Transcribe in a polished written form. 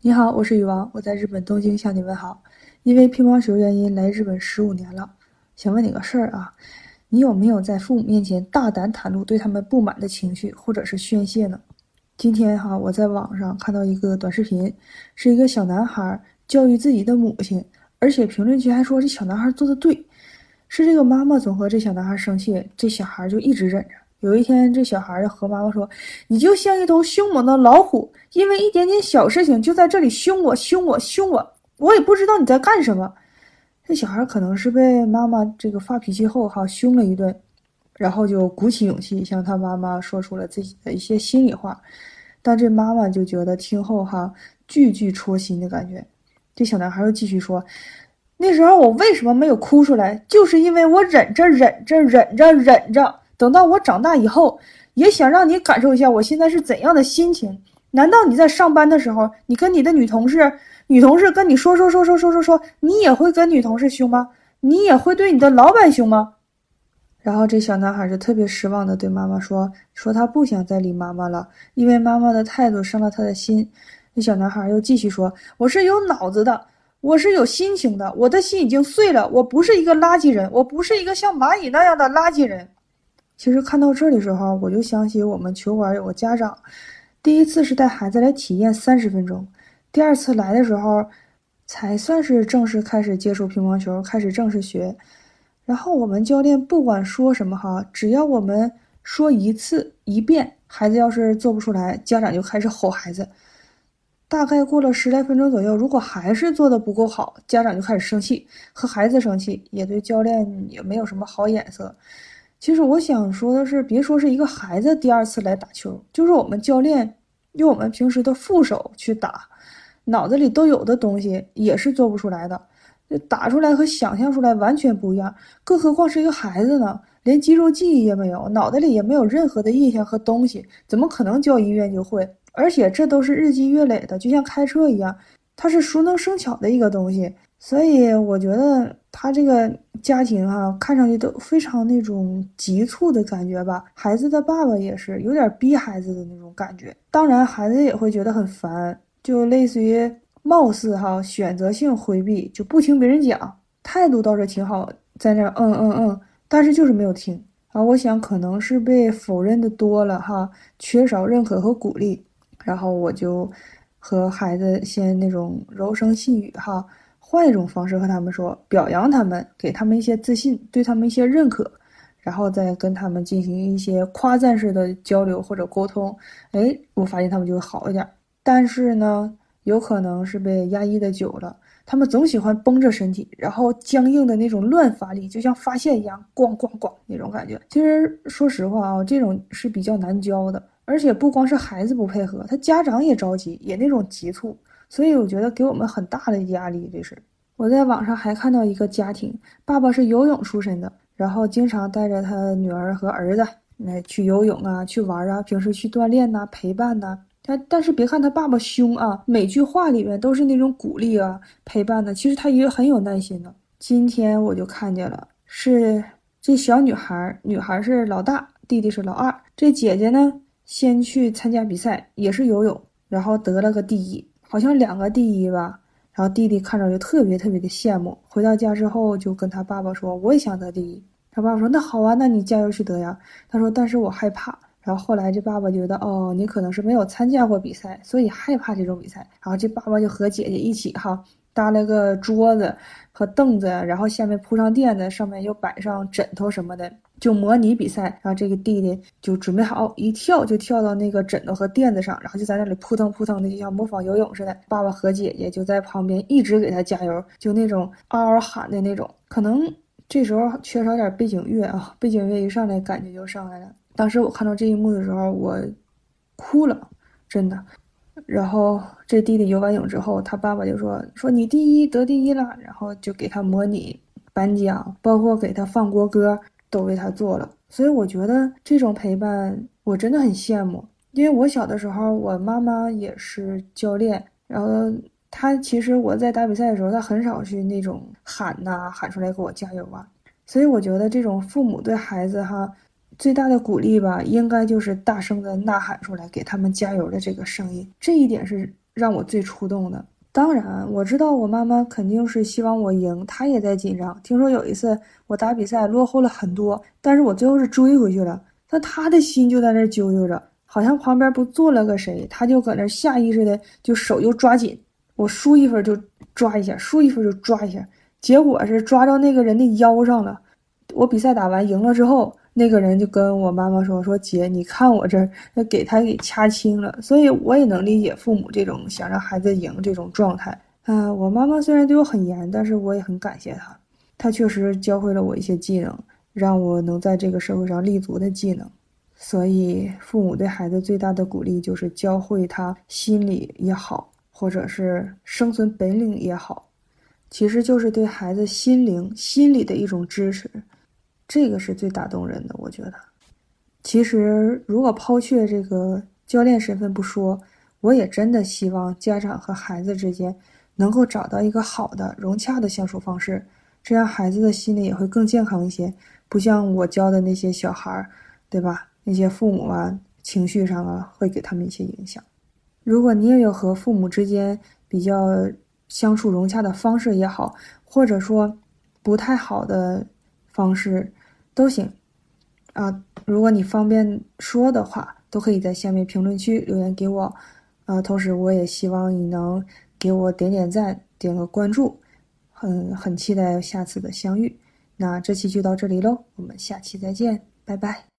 你好，我是雨王，我在日本东京向你问好。因为乒乓球原因来日本15年了，想问你个事儿啊，你有没有在父母面前大胆袒露对他们不满的情绪或者是宣泄呢？今天我在网上看到一个短视频，是一个小男孩教育自己的母亲，而且评论区还说这小男孩做的对，是这个妈妈总和这小男孩生气，这小孩就一直忍着。有一天，这小孩和妈妈说："你就像一头凶猛的老虎，因为一点点小事情就在这里凶我、凶我、凶我，我也不知道你在干什么。"这小孩可能是被妈妈这个发脾气后凶了一顿，然后就鼓起勇气向他妈妈说出了自己的一些心里话，但这妈妈就觉得听后句句戳心的感觉。这小男孩又继续说："那时候我为什么没有哭出来？就是因为我忍着忍着忍着忍着，等到我长大以后，也想让你感受一下我现在是怎样的心情。难道你在上班的时候，你跟你的女同事跟你说，你也会跟女同事凶吗？你也会对你的老板凶吗？"然后这小男孩就特别失望的对妈妈说他不想再理妈妈了，因为妈妈的态度伤了他的心。那小男孩又继续说："我是有脑子的，我是有心情的，我的心已经碎了，我不是一个垃圾人，我不是一个像蚂蚁那样的垃圾人。"其实看到这里的时候，我就想起我们球馆有个家长，第一次是带孩子来体验30分钟，第二次来的时候才算是正式开始接触乒乓球，开始正式学。然后我们教练不管说什么只要我们说一次一遍，孩子要是做不出来，家长就开始吼孩子。大概过了10来分钟左右，如果还是做的不够好，家长就开始生气，和孩子生气，也对教练也没有什么好眼色。其实我想说的是，别说是一个孩子第二次来打球，就是我们教练用我们平时的副手去打，脑子里都有的东西也是做不出来的，打出来和想象出来完全不一样，更何况是一个孩子呢，连肌肉记忆也没有，脑袋里也没有任何的印象和东西，怎么可能教一遍就会？而且这都是日积月累的，就像开车一样，它是熟能生巧的一个东西。所以我觉得他这个家庭看上去都非常那种急促的感觉吧。孩子的爸爸也是有点逼孩子的那种感觉，当然孩子也会觉得很烦，就类似于貌似选择性回避，就不听别人讲，态度倒是挺好，在那但是就是没有听我想可能是被否认的多了缺少认可和鼓励。然后我就和孩子先那种柔声细语换一种方式和他们说，表扬他们，给他们一些自信，对他们一些认可，然后再跟他们进行一些夸赞式的交流或者沟通。我发现他们就会好一点。但是呢，有可能是被压抑的久了，他们总喜欢绷着身体，然后僵硬的那种乱发力，就像发线一样，咣咣咣那种感觉。其实说实话这种是比较难教的，而且不光是孩子不配合，他家长也着急，也那种急促。所以我觉得给我们很大的压力。这是我在网上还看到一个家庭，爸爸是游泳出身的，然后经常带着他女儿和儿子去游泳去玩平时去锻炼陪伴但是别看他爸爸凶每句话里面都是那种鼓励陪伴的，其实他也很有耐心的。今天我就看见了，是这小女孩，女孩是老大，弟弟是老二，这姐姐呢先去参加比赛，也是游泳，然后得了个第一，好像2个第一吧。然后弟弟看着就特别特别的羡慕，回到家之后就跟他爸爸说："我也想得第一。"他爸爸说："那好啊，那你加油去得呀。"他说："但是我害怕。"然后后来这爸爸觉得你可能是没有参加过比赛，所以害怕这种比赛。然后这爸爸就和姐姐一起搭了个桌子和凳子，然后下面铺上垫子，上面又摆上枕头什么的，就模拟比赛。然后这个弟弟就准备好一跳，就跳到那个枕头和垫子上，然后就在那里扑腾扑腾的，就像模仿游泳似的。爸爸和姐姐就在旁边一直给他加油，就那种嗷嗷喊的那种。可能这时候缺少点背景乐背景乐一上来感觉就上来了。当时我看到这一幕的时候，我哭了，真的。然后这弟弟游完泳之后，他爸爸就说你第一得第一了，然后就给他模拟颁奖，包括给他放国歌，都为他做了。所以我觉得这种陪伴我真的很羡慕，因为我小的时候我妈妈也是教练，然后她其实我在打比赛的时候，她很少去那种喊喊出来给我加油所以我觉得这种父母对孩子最大的鼓励吧，应该就是大声的呐喊出来给他们加油的这个声音，这一点是让我最触动的。当然，我知道我妈妈肯定是希望我赢，她也在紧张。听说有一次我打比赛落后了很多，但是我最后是追回去了，但她的心就在那揪揪着，好像旁边不坐了个谁，她就搁那下意识的就手就抓紧，我输一分就抓一下，输一分就抓一下，结果是抓到那个人的腰上了。我比赛打完赢了之后，那个人就跟我妈妈说姐，你看我这儿给他给掐青了。所以我也能理解父母这种想让孩子赢这种状态。我妈妈虽然对我很严，但是我也很感谢她，她确实教会了我一些技能，让我能在这个社会上立足的技能。所以父母对孩子最大的鼓励就是教会他心理也好，或者是生存本领也好，其实就是对孩子心理的一种支持。这个是最打动人的，我觉得。其实如果抛却这个教练身份不说，我也真的希望家长和孩子之间能够找到一个好的融洽的相处方式，这样孩子的心理也会更健康一些，不像我教的那些小孩，对吧？那些父母啊，情绪上啊会给他们一些影响。如果你也有和父母之间比较相处融洽的方式也好，或者说不太好的方式都行啊。如果你方便说的话，都可以在下面评论区留言给我。同时我也希望你能给我点点赞，点个关注，很期待下次的相遇。那这期就到这里喽，我们下期再见，拜拜。